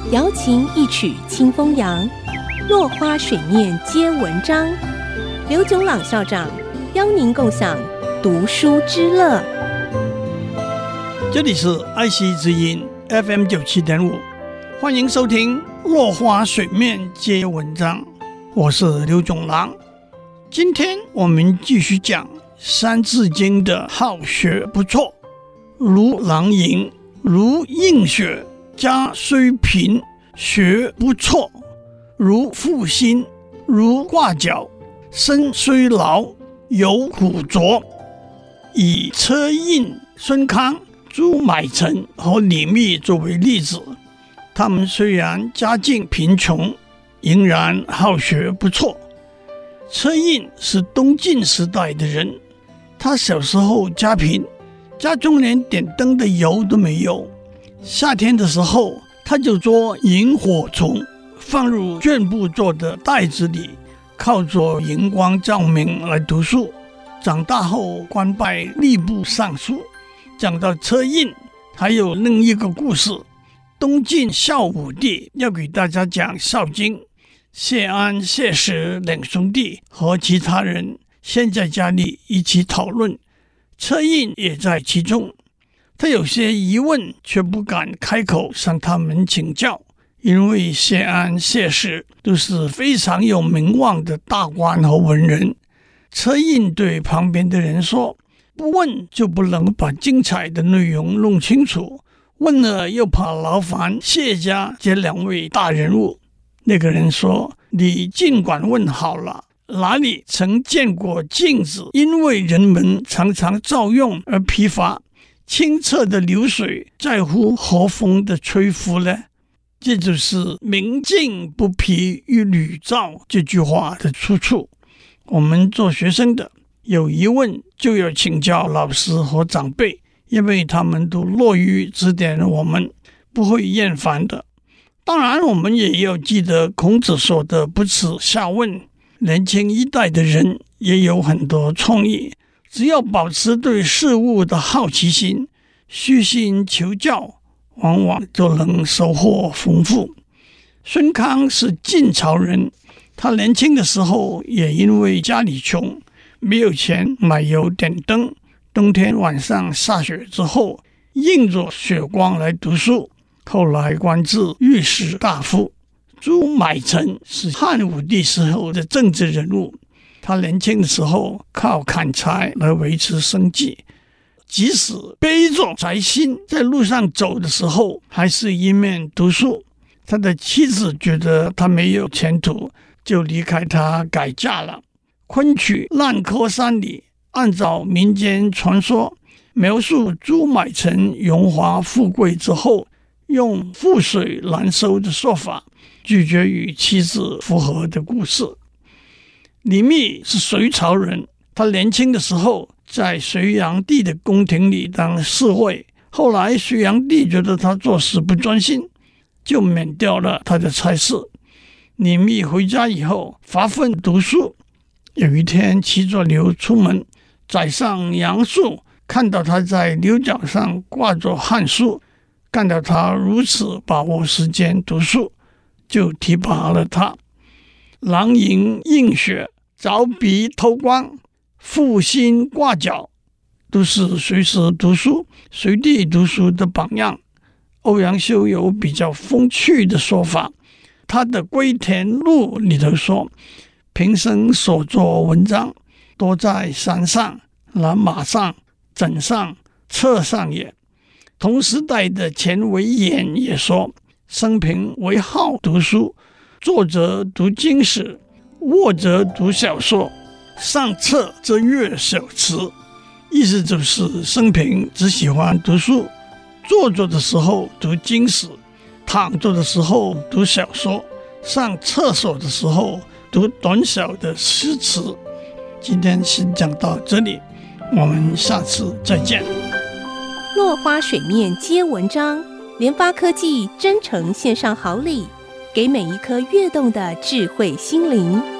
瑶琴一曲清风扬，落花水面皆文章。刘炯朗校长邀您共享读书之乐。 这里是爱惜之音 FM97.5， 欢迎收听落花水面皆文章，我是刘炯朗。今天我们继续讲三字经的好学不辍，如狼萤，如映雪，家虽贫，学不辍；如负薪，如挂角，身虽劳，犹苦卓。以车胤、孙康、朱买臣和李密作为例子，他们虽然家境贫穷，仍然好学不辍。车胤是东晋时代的人，他小时候家贫，家中连点灯的油都没有。夏天的时候，他就捉萤火虫，放入绢布做的袋子里，靠着荧光照明来读书。长大后官拜吏部尚书。讲到车胤，还有另一个故事。东晋孝武帝要给大家讲《孝经》，谢安、谢石两兄弟和其他人先在家里一起讨论，车胤也在其中。他有些疑问，却不敢开口向他们请教，因为谢安、谢石都是非常有名望的大官和文人。车胤对旁边的人说，不问就不能把精彩的内容弄清楚，问了又怕劳烦谢家这两位大人物。那个人说，你尽管问好了，哪里曾见过镜子因为人们常常照用而疲乏，清澈的流水在乎和风的吹拂呢？这就是明镜不疲于履照这句话的出处。我们做学生的有疑问就要请教老师和长辈，因为他们都乐于指点我们，不会厌烦的。当然我们也要记得孔子说的不耻下问，年轻一代的人也有很多创意，只要保持对事物的好奇心，虚心求教，往往就能收获丰富。孙康是晋朝人，他年轻的时候也因为家里穷，没有钱买油点灯，冬天晚上下雪之后，映着雪光来读书，后来官至御史大夫。朱买臣是汉武帝时候的政治人物，他年轻的时候靠砍柴来维持生计，即使背着柴薪在路上走的时候，还是一面读书。他的妻子觉得他没有前途，就离开他改嫁了。昆曲《烂柯山》里按照民间传说描述朱买臣荣华富贵之后，用覆水难收的说法拒绝与妻子复合的故事。李密是隋朝人，他年轻的时候在隋炀帝的宫廷里当侍卫，后来隋炀帝觉得他做事不专心，就免掉了他的差事。李密回家以后发奋读书，有一天骑着牛出门，宰相杨素看到他在牛角上挂着汉书，看到他如此把握时间读书，就提拔了他。狼萤映雪，凿壁偷光，负薪挂角，都是随时读书随地读书的榜样。欧阳修有比较风趣的说法，他的《归田录》里头说，平生所作文章，多在山上、蓝马上、枕上、侧上也。同时代的钱维演也说，生平为好读书，坐则读经史，卧则读小说，上册则阅小词。意思就是生平只喜欢读书，坐着的时候读经史，躺着的时候读小说，上厕所的时候读短小的诗词。今天先讲到这里，我们下次再见。 落花水面皆文章，联发科技真诚献上好礼，给每一颗跃动的智慧心灵。